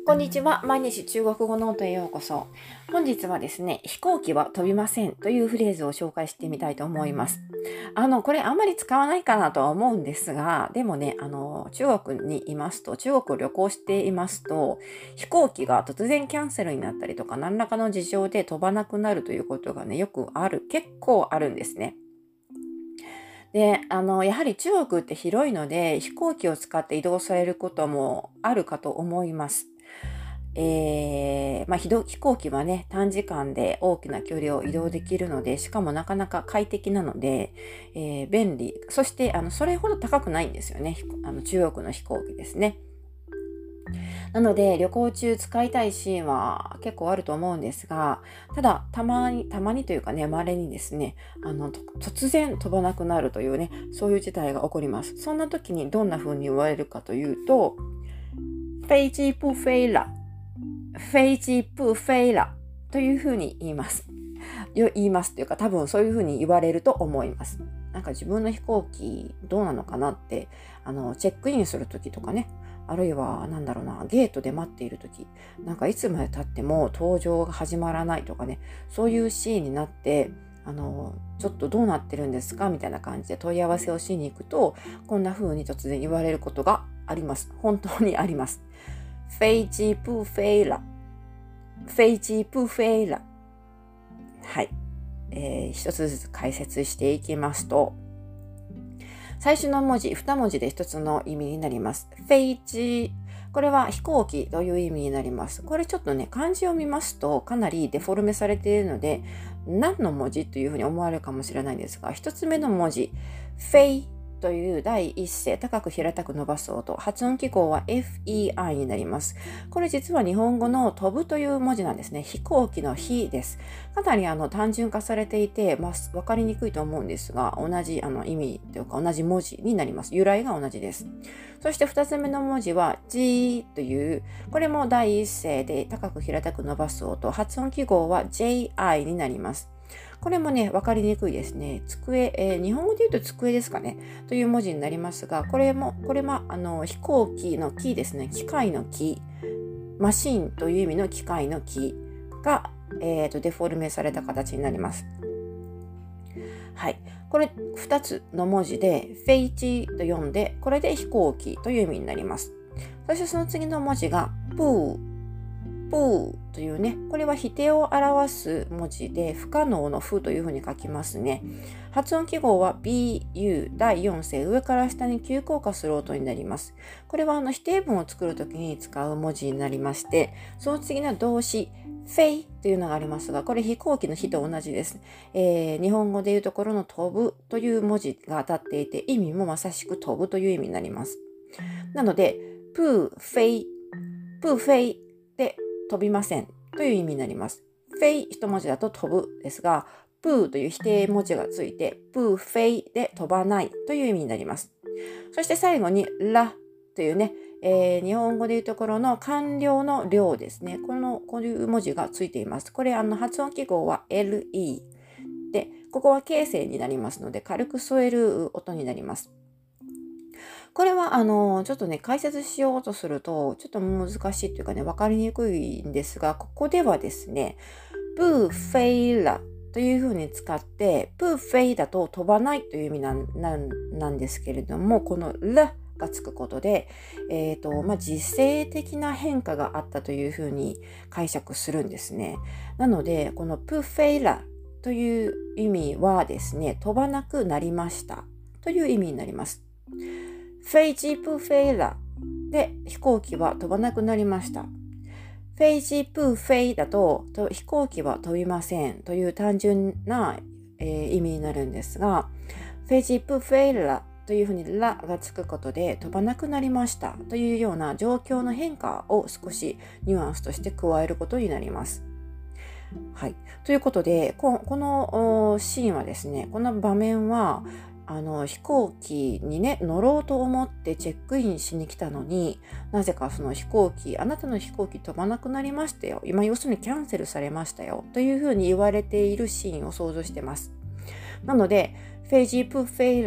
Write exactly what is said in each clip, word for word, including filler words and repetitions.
こんにちは。毎日中国語ノートへようこそ。本日はですね、飛行機は飛びませんというフレーズを紹介してみたいと思います。あの、これあんまり使わないかなとは思うんですが、でもね、あの、中国にいますと、中国を旅行していますと、飛行機が突然キャンセルになったりとか、何らかの事情で飛ばなくなるということがね、よくある、結構あるんですね。で、あの、やはり中国って広いので、飛行機を使って移動されることもあるかと思います。えーまあ、飛動飛行機はね、短時間で大きな距離を移動できるので、しかもなかなか快適なので、えー便利。そして、あの、それほど高くないんですよね。飛行あの中国の飛行機ですね。なので、旅行中使いたいシーンは結構あると思うんですが、ただ、たまに、たまにというかね、稀にですね、あの、と突然飛ばなくなるというね、そういう事態が起こります。そんな時にどんな風に言われるかというと、飛機不飛了。飛機不飛了というふうに言います。言いますというか、多分そういうふうに言われると思います。なんか自分の飛行機どうなのかなって、あの、チェックインするときとかね、あるいは、なんだろうな、ゲートで待っているとき、なんかいつまで経っても搭乗が始まらないとかね、そういうシーンになって、あの、ちょっとどうなってるんですかみたいな感じで問い合わせをしに行くと、こんな風に突然言われることがあります。本当にあります。飛機不飛了。飛機不飛了。はい。えー、一つずつ解説していきますと、最初の文字、二文字で一つの意味になります。飛機。これは飛行機という意味になります。これちょっとね、漢字を見ますとかなりデフォルメされているので、何の文字というふうに思われるかもしれないんですが、一つ目の文字、飛という第一声、高く平たく伸ばす音、発音記号は エフイーアイ になります。これ実は日本語の飛ぶという文字なんですね。飛行機の飛です。かなりあの単純化されていて、まあ、分かりにくいと思うんですが、同じあの意味というか同じ文字になります。由来が同じです。そして二つ目の文字は G という、これも第一声で高く平たく伸ばす音、発音記号は ジェイアイ になります。これもね、わかりにくいですね。机、えー、日本語で言うと机ですかね。という文字になりますが、これも、これも、あの、飛行機の機ですね。機械の機。マシンという意味の機械の機が、えーと、デフォルメされた形になります。はい。これ、二つの文字で、フェイチと読んで、これで飛行機という意味になります。そしてその次の文字が、プー。プーというね、これは否定を表す文字で不可能の不というふうに書きますね。発音記号は ビーユー だいよん声、上から下に急降下する音になります。これはあの否定文を作るときに使う文字になりまして、その次の動詞、フェイというのがありますが、これ飛行機の日と同じです。えー、日本語でいうところの飛ぶという文字が当たっていて、意味もまさしく飛ぶという意味になります。なので、プー、フェイ、プー、フェイで飛びませんという意味になります。フェイ一文字だと飛ぶですが、プーという否定文字がついて、プーフェイで飛ばないという意味になります。そして最後にラというね、えー、日本語でいうところの完了の了ですね。この、こういう文字がついています。これ、あの、発音記号は エルイー で、ここは形声になりますので、軽く添える音になります。これは、あの、ちょっとね、解説しようとすると、ちょっと難しいというかね、わかりにくいんですが、ここではですね、不飛了というふうに使って、不飛だと飛ばないという意味なんなんなんですけれども、このらがつくことで、えっと、まあ、時勢的な変化があったというふうに解釈するんですね。なので、この不飛了という意味はですね、飛ばなくなりましたという意味になります。飛機不飛了で飛行機は飛ばなくなりました。飛機不飛だと飛行機は飛びませんという単純な、えー、意味になるんですが、飛機不飛了というふうにらがつくことで飛ばなくなりましたというような状況の変化を少しニュアンスとして加えることになります。はい。ということで、ここのシーンはですね、この場面は、あの飛行機にね乗ろうと思ってチェックインしに来たのに、なぜかその飛行機あなたの飛行機飛ばなくなりましたよ、今要するにキャンセルされましたよというふうに言われているシーンを想像してます。なのでフェイジープフェイラ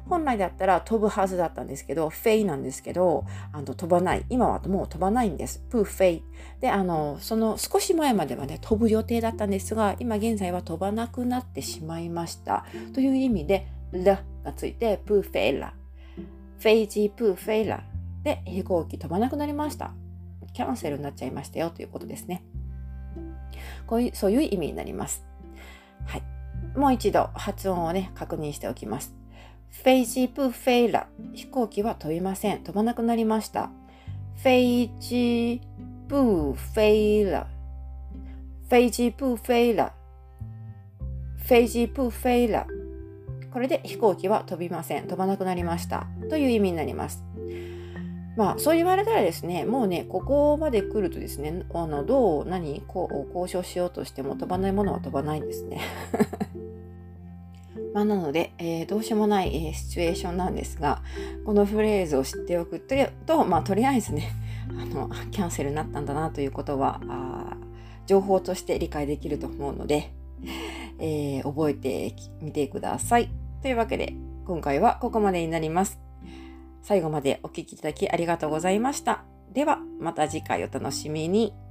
本来だったら飛ぶはずだったんですけど、フェイなんですけど、あの飛ばない。今はもう飛ばないんです。プーフェイ。で、あの、その少し前まではね、飛ぶ予定だったんですが、今現在は飛ばなくなってしまいました。という意味で、ラがついて、プーフェイラ。フェイジープーフェイラ。で、飛行機飛ばなくなりました。キャンセルになっちゃいましたよということですね。こういう、そういう意味になります。はい。もう一度発音をね、確認しておきます。フェイジープーフェイラ。飛行機は飛びません。飛ばなくなりました。フェイジープーフェイラ。フェイジープーフェイラ。フェイジープーフェイラ。これで飛行機は飛びません。飛ばなくなりました。という意味になります。まあ、そう言われたらですね、もうね、ここまで来るとですね、あのどう、何、こう、交渉しようとしても飛ばないものは飛ばないんですね。まあ、なので、えー、どうしようもない、えー、シチュエーションなんですが、このフレーズを知っておくと、まあ、とりあえずね、あの、キャンセルになったんだなということは、あ情報として理解できると思うので、えー、覚えてみてください。というわけで、今回はここまでになります。最後までお聞きいただきありがとうございました。では、また次回お楽しみに。